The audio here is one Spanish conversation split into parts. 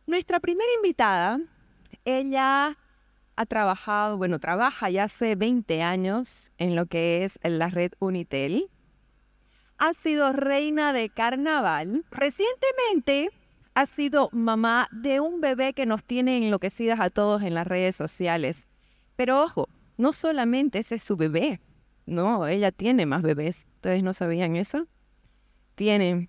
Nuestra primera invitada, ella trabaja ya hace 20 años en lo que es la red Unitel. Ha sido reina de carnaval. Recientemente ha sido mamá de un bebé que nos tiene enloquecidas a todos en las redes sociales. Pero ojo, no solamente ese es su bebé. No, ella tiene más bebés. ¿Ustedes no sabían eso? Tiene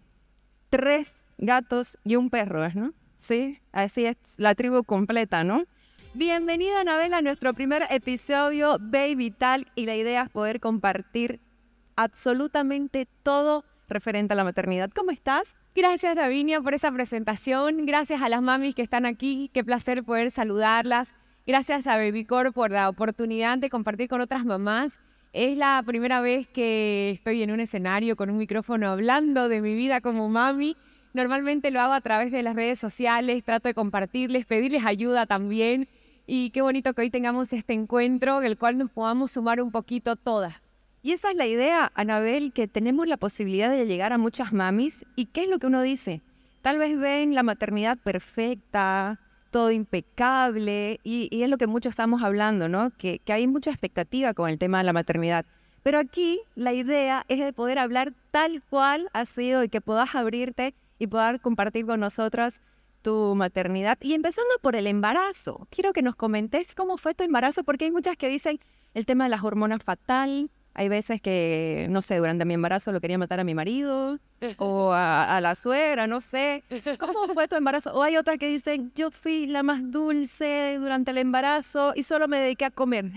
3 gatos y un perro, ¿no? Sí, así es la tribu completa, ¿no? Bienvenida, Anabel, a nuestro primer episodio Baby Talk, y la idea es poder compartir absolutamente todo referente a la maternidad. ¿Cómo estás? Gracias, Davinia, por esa presentación. Gracias a las mamis que están aquí. Qué placer poder saludarlas. Gracias a Babycore por la oportunidad de compartir con otras mamás. Es la primera vez que estoy en un escenario con un micrófono hablando de mi vida como mami. Normalmente lo hago a través de las redes sociales, trato de compartirles, pedirles ayuda también. Y qué bonito que hoy tengamos este encuentro, en el cual nos podamos sumar un poquito todas. Y esa es la idea, Anabel, que tenemos la posibilidad de llegar a muchas mamis. ¿Y qué es lo que uno dice? Tal vez ven la maternidad perfecta, todo impecable, y es lo que muchos estamos hablando, ¿no? Que hay mucha expectativa con el tema de la maternidad. Pero aquí la idea es de poder hablar tal cual ha sido y que puedas abrirte y poder compartir con nosotras tu maternidad. Y empezando por el embarazo, quiero que nos comentes cómo fue tu embarazo, porque hay muchas que dicen el tema de las hormonas fatal. Hay veces que, no sé, durante mi embarazo lo quería matar a mi marido o a la suegra, no sé. ¿Cómo fue tu embarazo? O hay otras que dicen, yo fui la más dulce durante el embarazo y solo me dediqué a comer.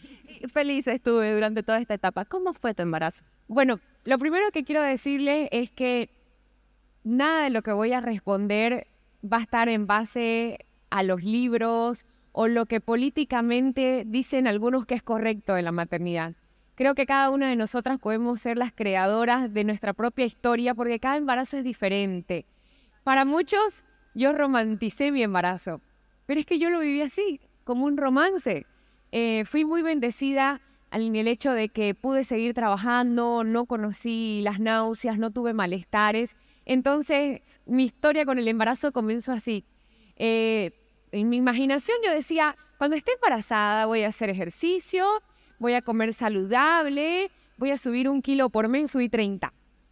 Y feliz estuve durante toda esta etapa. ¿Cómo fue tu embarazo? Bueno, lo primero que quiero decirle es que nada de lo que voy a responder va a estar en base a los libros o lo que políticamente dicen algunos que es correcto en la maternidad. Creo que cada una de nosotras podemos ser las creadoras de nuestra propia historia porque cada embarazo es diferente. Para muchos, yo romanticé mi embarazo, pero es que yo lo viví así, como un romance. Fui muy bendecida en el hecho de que pude seguir trabajando, no conocí las náuseas, no tuve malestares. Entonces, mi historia con el embarazo comenzó así. En mi imaginación yo decía, cuando esté embarazada voy a hacer ejercicio, voy a comer saludable, voy a subir 1 kilo por mes, subí 30.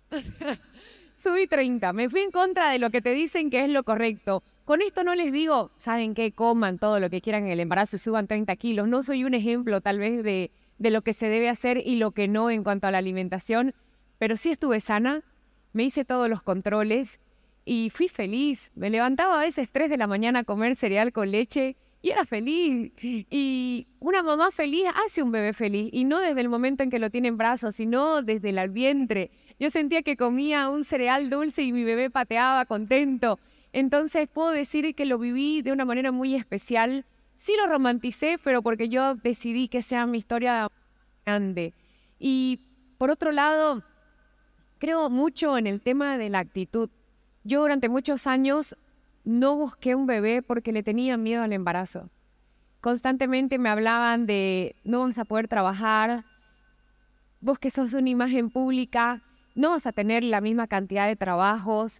Subí 30, me fui en contra de lo que te dicen que es lo correcto. Con esto no les digo, ¿saben qué? Coman todo lo que quieran en el embarazo y suban 30 kilos. No soy un ejemplo tal vez de lo que se debe hacer y lo que no en cuanto a la alimentación, pero sí estuve sana, me hice todos los controles y fui feliz. Me levantaba a veces 3 de la mañana a comer cereal con leche y era feliz. Y una mamá feliz hace un bebé feliz, y no desde el momento en que lo tiene en brazos, sino desde el vientre. Yo sentía que comía un cereal dulce y mi bebé pateaba contento. Entonces puedo decir que lo viví de una manera muy especial. Sí lo romanticé, pero porque yo decidí que sea mi historia grande. Y por otro lado, creo mucho en el tema de la actitud. Yo durante muchos años no busqué un bebé porque le tenía miedo al embarazo. Constantemente me hablaban de no vas a poder trabajar, vos que sos una imagen pública, no vas a tener la misma cantidad de trabajos,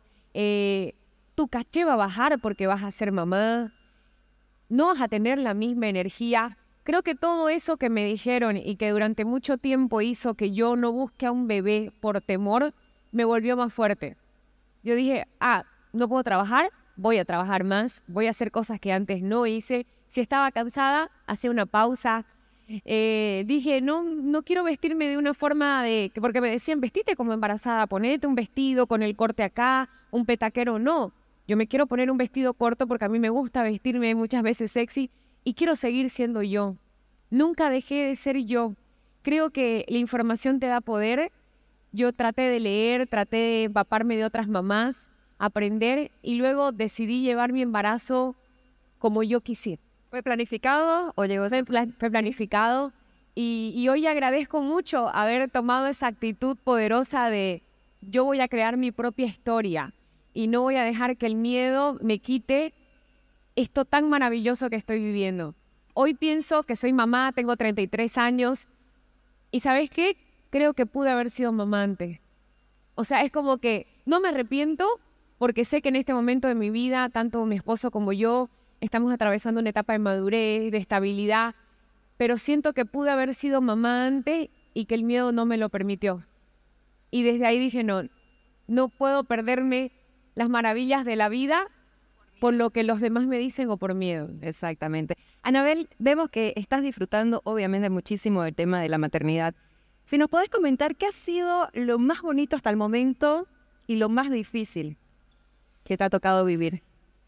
tu caché va a bajar porque vas a ser mamá, no vas a tener la misma energía. Creo que todo eso que me dijeron y que durante mucho tiempo hizo que yo no busque a un bebé por temor, me volvió más fuerte. Yo dije, no puedo trabajar, voy a trabajar más, voy a hacer cosas que antes no hice. Si estaba cansada, hacía una pausa. Dije, no quiero vestirme de una forma porque me decían, vestite como embarazada, ponete un vestido con el corte acá, un petaquero, no. Yo me quiero poner un vestido corto porque a mí me gusta vestirme muchas veces sexy y quiero seguir siendo yo. Nunca dejé de ser yo. Creo que la información te da poder. Yo traté de leer, traté de empaparme de otras mamás, aprender, y luego decidí llevar mi embarazo como yo quisiera. ¿Fue planificado o llegó? Fue planificado, y hoy agradezco mucho haber tomado esa actitud poderosa de yo voy a crear mi propia historia y no voy a dejar que el miedo me quite esto tan maravilloso que estoy viviendo. Hoy pienso que soy mamá, tengo 33 años y ¿sabes qué? Creo que pude haber sido mamá antes. O sea, es como que no me arrepiento, porque sé que en este momento de mi vida, tanto mi esposo como yo, estamos atravesando una etapa de madurez, de estabilidad, pero siento que pude haber sido mamá antes y que el miedo no me lo permitió. Y desde ahí dije, no, no puedo perderme las maravillas de la vida por lo que los demás me dicen o por miedo. Exactamente. Anabel, vemos que estás disfrutando obviamente muchísimo del tema de la maternidad. Si nos podés comentar qué ha sido lo más bonito hasta el momento y lo más difícil que te ha tocado vivir.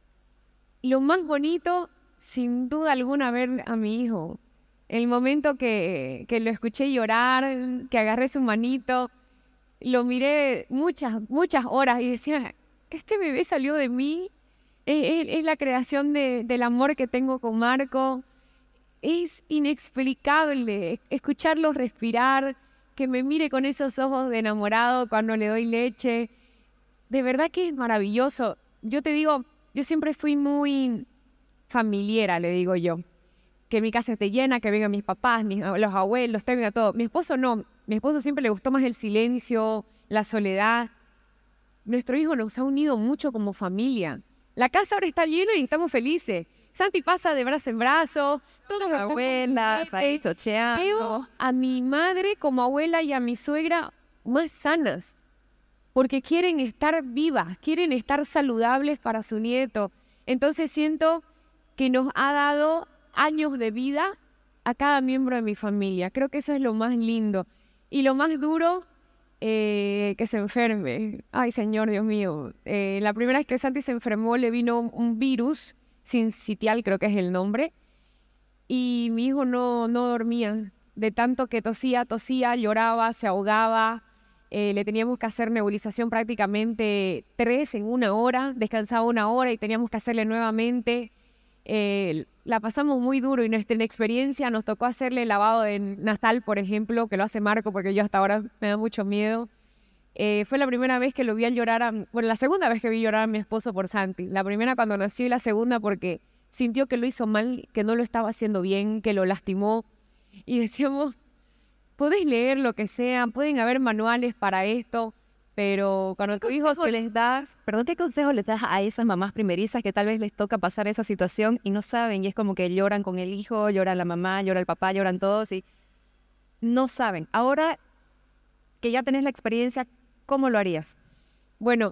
Lo más bonito, sin duda alguna, ver a mi hijo. El momento que lo escuché llorar, que agarré su manito, lo miré muchas horas y decía, este bebé salió de mí, es la creación del amor que tengo con Marco. Es inexplicable escucharlo respirar, que me mire con esos ojos de enamorado cuando le doy leche. De verdad que es maravilloso. Yo te digo, yo siempre fui muy familiera, le digo yo. Que mi casa esté llena, que vengan mis papás, los abuelos, tenga todo. Mi esposo no. Mi esposo siempre le gustó más el silencio, la soledad. Nuestro hijo nos ha unido mucho como familia. La casa ahora está llena y estamos felices. Santi pasa de brazo en brazo. Todas las abuelas ahí chocheando. Veo a mi madre como abuela y a mi suegra más sanas. Porque quieren estar vivas, quieren estar saludables para su nieto. Entonces siento que nos ha dado años de vida a cada miembro de mi familia. Creo que eso es lo más lindo. Y lo más duro, que se enferme. Ay, Señor, Dios mío. La primera vez que Santi se enfermó le vino un virus, sincitial creo que es el nombre, y mi hijo no dormía. De tanto que tosía, lloraba, se ahogaba. Le teníamos que hacer nebulización prácticamente 3 en 1 hora, descansaba 1 hora y teníamos que hacerle nuevamente. La pasamos muy duro y nuestra experiencia nos tocó hacerle lavado en nasal, por ejemplo, que lo hace Marco porque yo hasta ahora me da mucho miedo. Fue la primera vez que lo vi a llorar, bueno, la segunda vez que vi llorar a mi esposo por Santi. La primera cuando nació y la segunda porque sintió que lo hizo mal, que no lo estaba haciendo bien, que lo lastimó. Y decíamos, podés leer lo que sea, pueden haber manuales para esto, pero cuando tu hijo ¿qué consejo les das a esas mamás primerizas que tal vez les toca pasar esa situación y no saben? Y es como que lloran con el hijo, llora la mamá, llora el papá, lloran todos y no saben. Ahora que ya tenés la experiencia, ¿cómo lo harías? Bueno,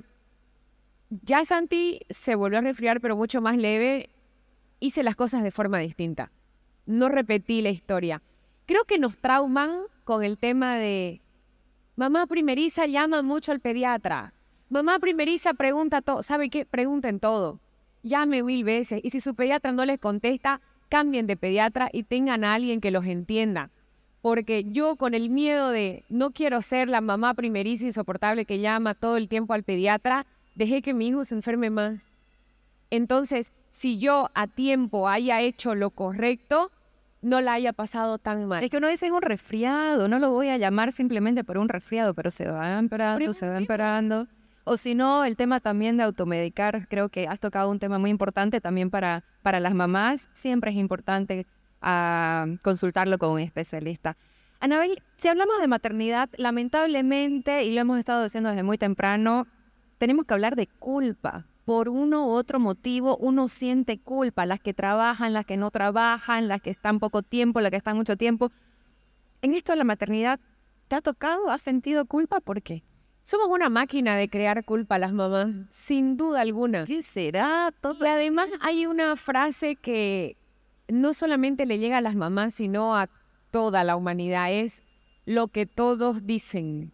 ya Santi se volvió a resfriar, pero mucho más leve. Hice las cosas de forma distinta. No repetí la historia. Creo que nos trauman con el tema de mamá primeriza llama mucho al pediatra. Mamá primeriza pregunta todo. ¿Sabe qué? Pregunten todo. Llame 1000 veces. Y si su pediatra no les contesta, cambien de pediatra y tengan a alguien que los entienda. Porque yo con el miedo de no quiero ser la mamá primeriza insoportable que llama todo el tiempo al pediatra, dejé que mi hijo se enferme más. Entonces, si yo a tiempo haya hecho lo correcto, no la haya pasado tan mal. Es que uno dice es un resfriado, no lo voy a llamar simplemente por un resfriado, pero se va empeorando. O si no, el tema también de automedicar, creo que has tocado un tema muy importante también para las mamás. Siempre es importante consultarlo con un especialista. Anabel, si hablamos de maternidad, lamentablemente, y lo hemos estado diciendo desde muy temprano, tenemos que hablar de culpa. Por uno u otro motivo, uno siente culpa. Las que trabajan, las que no trabajan, las que están poco tiempo, las que están mucho tiempo. En esto de la maternidad, ¿te ha tocado? ¿Has sentido culpa? ¿Por qué? Somos una máquina de crear culpa las mamás, sin duda alguna. ¿Qué será? Y además hay una frase que no solamente le llega a las mamás, sino a toda la humanidad. Es lo que todos dicen.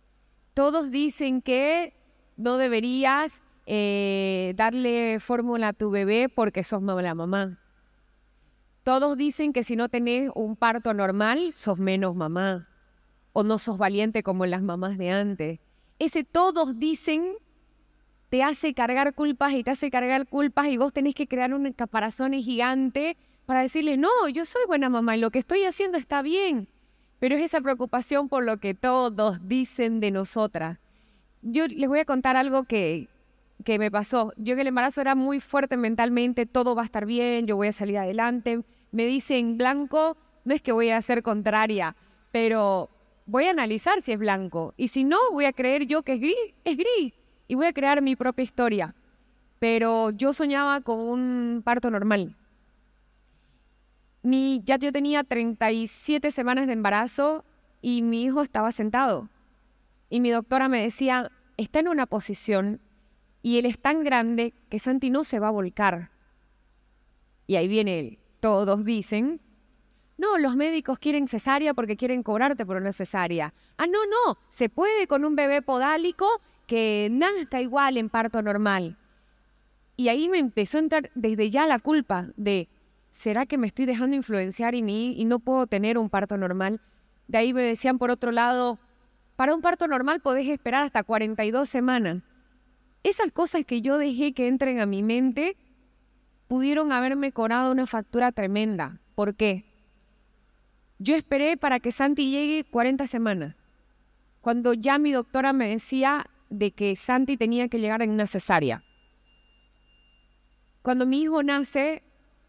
Todos dicen que no deberías darle fórmula a tu bebé porque sos la mamá. Todos dicen que si no tenés un parto normal, sos menos mamá. O no sos valiente como las mamás de antes. Ese todos dicen te hace cargar culpas y te hace cargar culpas y vos tenés que crear un caparazón gigante para decirle, no, yo soy buena mamá y lo que estoy haciendo está bien. Pero es esa preocupación por lo que todos dicen de nosotras. Yo les voy a contar algo que me pasó. Yo en el embarazo era muy fuerte mentalmente, todo va a estar bien, yo voy a salir adelante. Me dicen blanco, no es que voy a ser contraria, pero voy a analizar si es blanco. Y si no, voy a creer yo que es gris, es gris. y voy a crear mi propia historia. Pero yo soñaba con un parto normal. Ya yo tenía 37 semanas de embarazo y mi hijo estaba sentado. Y mi doctora me decía, está en una posición y él es tan grande que Santi no se va a volcar. Y ahí viene él. Todos dicen, no, los médicos quieren cesárea porque quieren cobrarte por una cesárea. Ah, no, se puede con un bebé podálico que nazca igual en parto normal. Y ahí me empezó a entrar desde ya la culpa de, ¿será que me estoy dejando influenciar y no puedo tener un parto normal? De ahí me decían por otro lado, para un parto normal podés esperar hasta 42 semanas. Esas cosas que yo dejé que entren a mi mente pudieron haberme cobrado una factura tremenda. ¿Por qué? Yo esperé para que Santi llegue 40 semanas, cuando ya mi doctora me decía de que Santi tenía que llegar en una cesárea. Cuando mi hijo nace,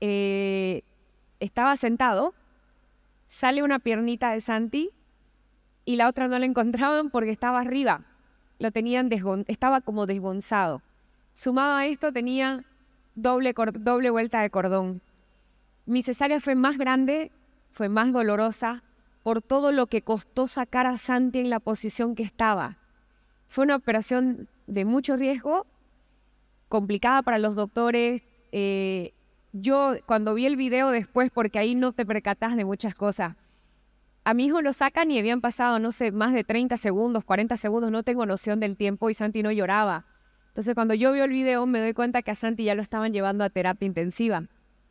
estaba sentado, sale una piernita de Santi y la otra no la encontraban porque estaba arriba. Lo tenían estaba como desgonzado. Sumado a esto, tenía doble vuelta de cordón. Mi cesárea fue más grande, fue más dolorosa por todo lo que costó sacar a Santi en la posición que estaba. Fue una operación de mucho riesgo, complicada para los doctores. Yo cuando vi el video después, porque ahí no te percatás de muchas cosas, a mi hijo lo sacan y habían pasado, no sé, más de 30 segundos, 40 segundos, no tengo noción del tiempo y Santi no lloraba. Entonces cuando yo veo el video me doy cuenta que a Santi ya lo estaban llevando a terapia intensiva.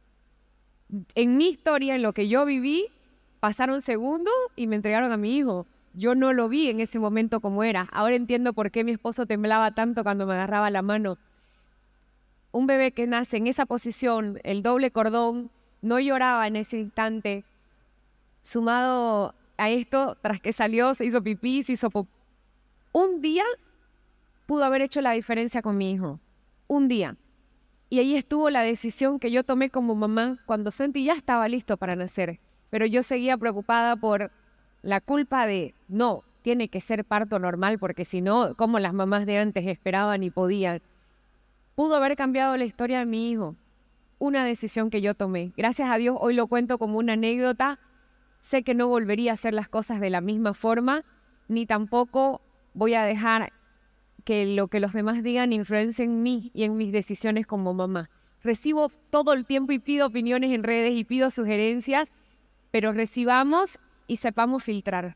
En mi historia, en lo que yo viví, pasaron segundos y me entregaron a mi hijo. Yo no lo vi en ese momento como era. Ahora entiendo por qué mi esposo temblaba tanto cuando me agarraba la mano. Un bebé que nace en esa posición, el doble cordón, no lloraba en ese instante. Sumado a esto, tras que salió, se hizo pipí, se hizo popó. Un día pudo haber hecho la diferencia con mi hijo. Un día. Y ahí estuvo la decisión que yo tomé como mamá cuando Santi ya estaba listo para nacer. Pero yo seguía preocupada por la culpa de, no, tiene que ser parto normal, porque si no, como las mamás de antes esperaban y podían. Pudo haber cambiado la historia de mi hijo. Una decisión que yo tomé. Gracias a Dios, hoy lo cuento como una anécdota. Sé que no volvería a hacer las cosas de la misma forma, ni tampoco voy a dejar que lo que los demás digan influencie en mí y en mis decisiones como mamá. Recibo todo el tiempo y pido opiniones en redes y pido sugerencias, pero recibamos y sepamos filtrar.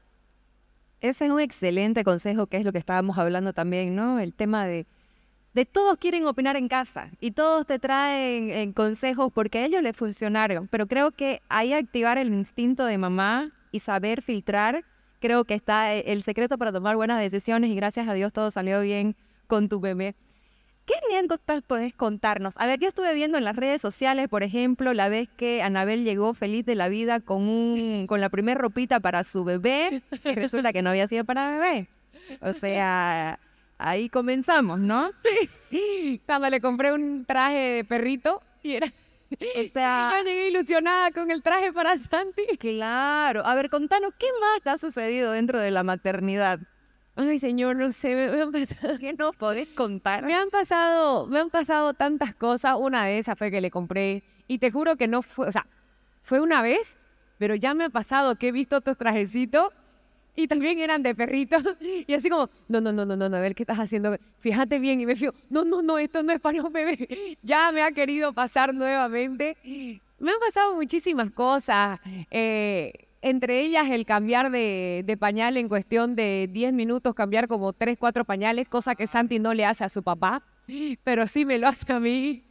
Ese es un excelente consejo, que es lo que estábamos hablando también, ¿no? El tema de todos quieren opinar en casa y todos te traen consejos porque a ellos les funcionaron. Pero creo que ahí activar el instinto de mamá y saber filtrar, creo que está el secreto para tomar buenas decisiones, y gracias a Dios todo salió bien con tu bebé. ¿Qué anécdotas podés contarnos? A ver, yo estuve viendo en las redes sociales, por ejemplo, la vez que Anabel llegó feliz de la vida con la primer ropita para su bebé, y resulta que no había sido para bebé. O sea, ahí comenzamos, ¿no? Sí. Cuando le compré un traje de perrito y era... O sea, yo llegué ilusionada con el traje para Santi. Claro. A ver, contanos, ¿qué más te ha sucedido dentro de la maternidad? Ay, señor, no sé, me han pasado... ¿Qué nos podés contar? Me han pasado tantas cosas. Una de esas fue que le compré, y te juro que no fue, o sea, fue una vez, pero ya me ha pasado que he visto otros trajecitos y también eran de perritos, y así como, no, a ver, ¿qué estás haciendo? Fíjate bien, y me fijo, no, esto no es para un bebé. Ya me ha querido pasar nuevamente. Me han pasado muchísimas cosas, entre ellas el cambiar de pañal en cuestión de 10 minutos, cambiar como 3, 4 pañales, cosa que Santi no le hace a su papá, pero sí me lo hace a mí.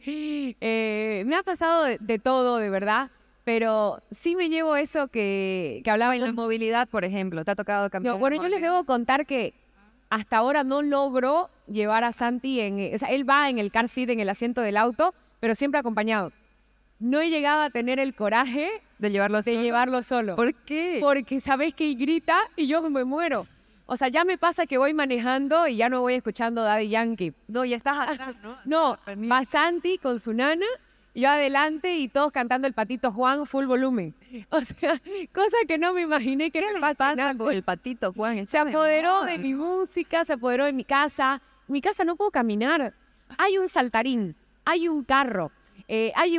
Me ha pasado de todo, de verdad. Pero sí me llevo eso que hablaba en la movilidad, por ejemplo. ¿Te ha tocado cambiar? No, bueno, yo les debo contar que hasta ahora no logro llevar a Santi o sea, él va en el car seat, en el asiento del auto, pero siempre acompañado. No he llegado a tener el coraje de llevarlo solo. ¿Por qué? Porque sabes que grita y yo me muero. O sea, ya me pasa que voy manejando y ya no voy escuchando Daddy Yankee. No, y estás atrás, ¿no? No, va Santi con su nana, yo adelante y todos cantando el Patito Juan full volumen. O sea, cosa que no me imaginé que me pasara. Con el Patito Juan? Se apoderó de mi música, se apoderó de mi casa. mi casa no puedo caminar. Hay un saltarín, hay un carro, hay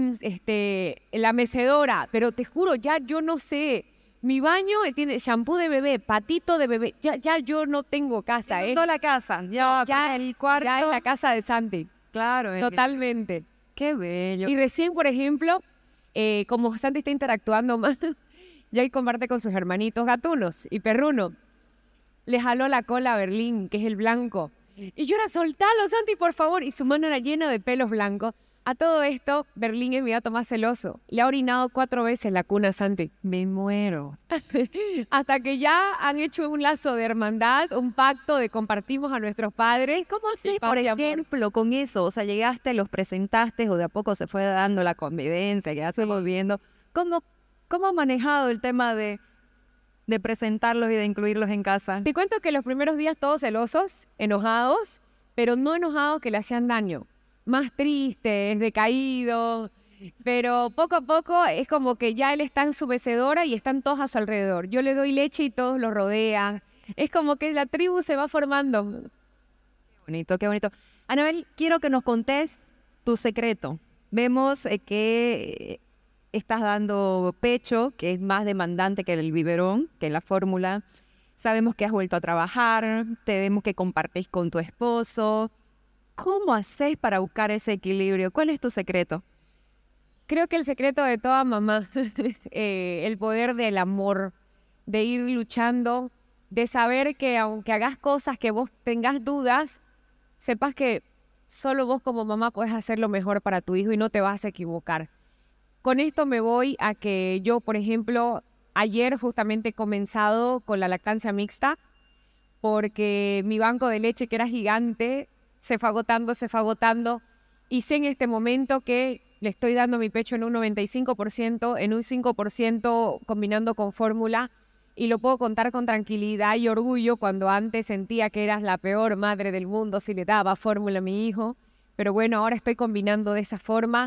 la mecedora, pero te juro, ya yo no sé. Mi baño tiene shampoo de bebé, patito de bebé. Ya yo no tengo casa, No la casa, ya el cuarto. Ya es la casa de Santi. Claro. Totalmente. Qué bello. Y recién, por ejemplo, como Santi está interactuando más, ya ahí comparte con sus hermanitos gatunos y perruno. Le jaló la cola a Berlín, que es el blanco. Y yo era, soltalo, Santi, por favor. Y su mano era llena de pelos blancos. A todo esto, Berlín es mi gato más celoso. Le ha orinado 4 veces la cuna a Santi. Me muero. Hasta que ya han hecho un lazo de hermandad, un pacto de compartimos a nuestros padres. ¿Cómo haces, por ejemplo, con eso? O sea, llegaste, los presentaste o de a poco se fue dando la convivencia, ya se volviendo. ¿Cómo has manejado el tema de presentarlos y de incluirlos en casa? Te cuento que los primeros días todos celosos, enojados, pero no enojados que le hacían daño. Más tristes, decaídos, pero poco a poco es como que ya él está en su mecedora y están todos a su alrededor. Yo le doy leche y todos lo rodean. Es como que la tribu se va formando. Qué bonito, qué bonito. Anabel, quiero que nos contés tu secreto. Vemos que estás dando pecho, que es más demandante que el biberón, que la fórmula. Sabemos que has vuelto a trabajar, te vemos que compartís con tu esposo. ¿Cómo haces para buscar ese equilibrio? ¿Cuál es tu secreto? Creo que el secreto de toda mamá, el poder del amor, de ir luchando, de saber que aunque hagas cosas, que vos tengas dudas, sepas que solo vos como mamá puedes hacer lo mejor para tu hijo y no te vas a equivocar. Con esto me voy a que yo, por ejemplo, ayer justamente he comenzado con la lactancia mixta, porque mi banco de leche, que era gigante, se fue agotando, y sé en este momento que le estoy dando mi pecho en un 95%, en un 5% combinando con fórmula, y lo puedo contar con tranquilidad y orgullo cuando antes sentía que eras la peor madre del mundo si le daba fórmula a mi hijo. Pero bueno, ahora estoy combinando de esa forma.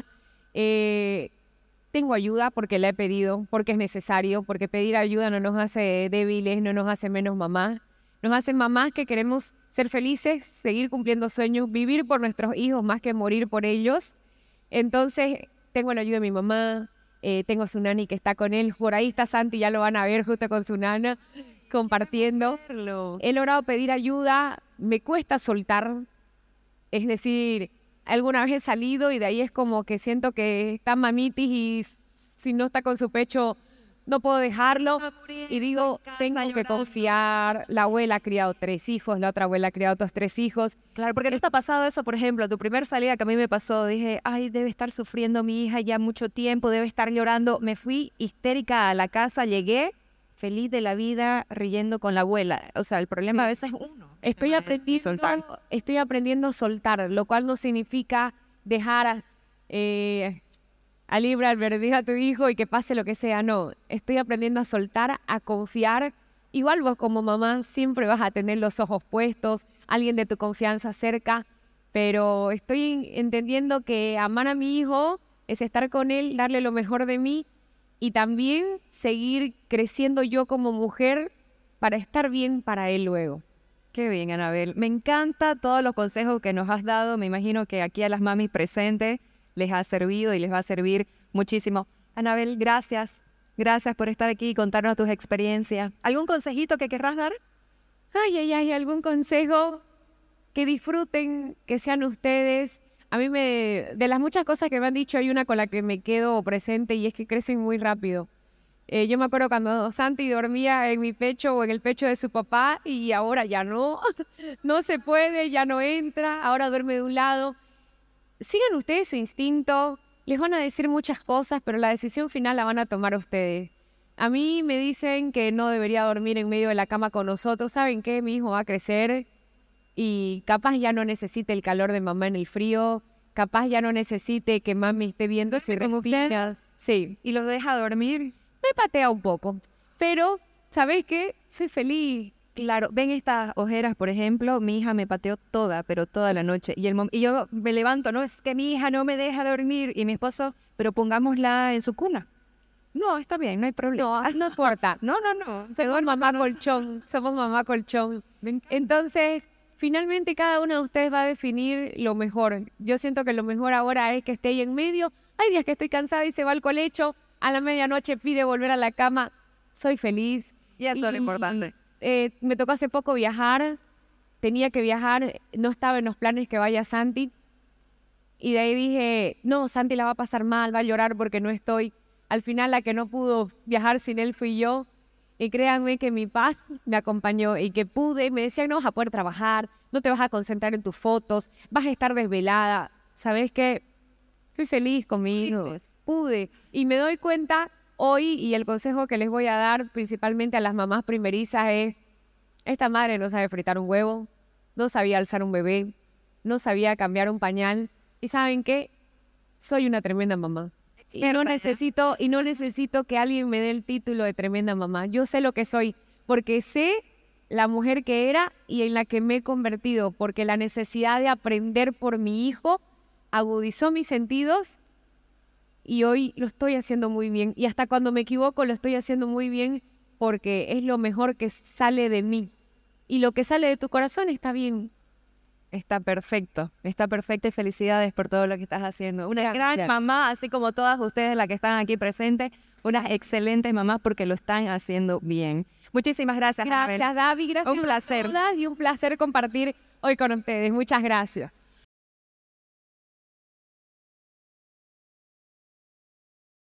Tengo ayuda porque la he pedido, porque es necesario, porque pedir ayuda no nos hace débiles, no nos hace menos mamás. Nos hacen mamás que queremos ser felices, seguir cumpliendo sueños, vivir por nuestros hijos más que morir por ellos. Entonces, tengo la ayuda de mi mamá, tengo a su nani que está con él. Por ahí está Santi, ya lo van a ver justo con su nana, compartiendo. He logrado pedir ayuda, me cuesta soltar. Es decir, alguna vez he salido y de ahí es como que siento que está mamitis y si no está con su pecho no puedo dejarlo. Y digo, tengo que confiar. La abuela ha criado 3 hijos, la otra abuela ha criado otros 3 hijos. Claro, porque no está pasado eso, por ejemplo, tu primer salida que a mí me pasó, dije, ay, debe estar sufriendo mi hija ya mucho tiempo, debe estar llorando. Me fui histérica a la casa, llegué feliz de la vida, riendo con la abuela. O sea, el problema a veces es uno. Estoy aprendiendo a soltar, lo cual no significa dejar a libre albedrío a tu hijo y que pase lo que sea. No, estoy aprendiendo a soltar, a confiar. Igual vos como mamá siempre vas a tener los ojos puestos, alguien de tu confianza cerca, pero estoy entendiendo que amar a mi hijo es estar con él, darle lo mejor de mí y también seguir creciendo yo como mujer para estar bien para él luego. Qué bien, Anabel. Me encanta todos los consejos que nos has dado. Me imagino que aquí a las mamis presentes les ha servido y les va a servir muchísimo. Anabel, gracias. Gracias por estar aquí y contarnos tus experiencias. ¿Algún consejito que querrás dar? Ay, algún consejo. Que disfruten, que sean ustedes. A mí de las muchas cosas que me han dicho, hay una con la que me quedo presente y es que crecen muy rápido. Yo me acuerdo cuando Santi dormía en mi pecho o en el pecho de su papá y ahora ya no. No se puede, ya no entra, ahora duerme de un lado. Sigan ustedes su instinto, les van a decir muchas cosas, pero la decisión final la van a tomar ustedes. A mí me dicen que no debería dormir en medio de la cama con nosotros. ¿Saben qué? Mi hijo va a crecer y capaz ya no necesite el calor de mamá en el frío, capaz ya no necesite que mami esté viendo si respiras. Sí. ¿Y los deja dormir? Me patea un poco, pero ¿sabes qué? Soy feliz. Claro, ven estas ojeras, por ejemplo, mi hija me pateó pero toda la noche. Y yo me levanto, no, es que mi hija no me deja dormir. Y mi esposo, pero pongámosla en su cuna. No, está bien, no hay problema. No importa. No. Somos mamá colchón. Entonces, finalmente cada uno de ustedes va a definir lo mejor. Yo siento que lo mejor ahora es que esté ahí en medio. Hay días que estoy cansada y se va al colecho, a la medianoche pide volver a la cama. Soy feliz. Y eso es lo importante. Me tocó hace poco viajar, tenía que viajar, no estaba en los planes que vaya Santi. Y de ahí dije, no, Santi la va a pasar mal, va a llorar porque no estoy. Al final la que no pudo viajar sin él fui yo. Y créanme que mi paz me acompañó y que me decían, no vas a poder trabajar, no te vas a concentrar en tus fotos, vas a estar desvelada. ¿Sabes qué? Fui feliz conmigo, pude. Y me doy cuenta hoy, y el consejo que les voy a dar principalmente a las mamás primerizas es, esta madre no sabe fritar un huevo, no sabía alzar un bebé, no sabía cambiar un pañal. ¿Y saben qué? Soy una tremenda mamá. Y no necesito que alguien me dé el título de tremenda mamá. Yo sé lo que soy, porque sé la mujer que era y en la que me he convertido, porque la necesidad de aprender por mi hijo agudizó mis sentidos y hoy lo estoy haciendo muy bien. Y hasta cuando me equivoco lo estoy haciendo muy bien porque es lo mejor que sale de mí. Y lo que sale de tu corazón está bien. Está perfecto y felicidades por todo lo que estás haciendo. Una gran mamá, así como todas ustedes las que están aquí presentes, unas excelentes mamás porque lo están haciendo bien. Muchísimas gracias, Gracias, Anabel. Davi, gracias un placer. a todas y un placer compartir hoy con ustedes. Muchas gracias.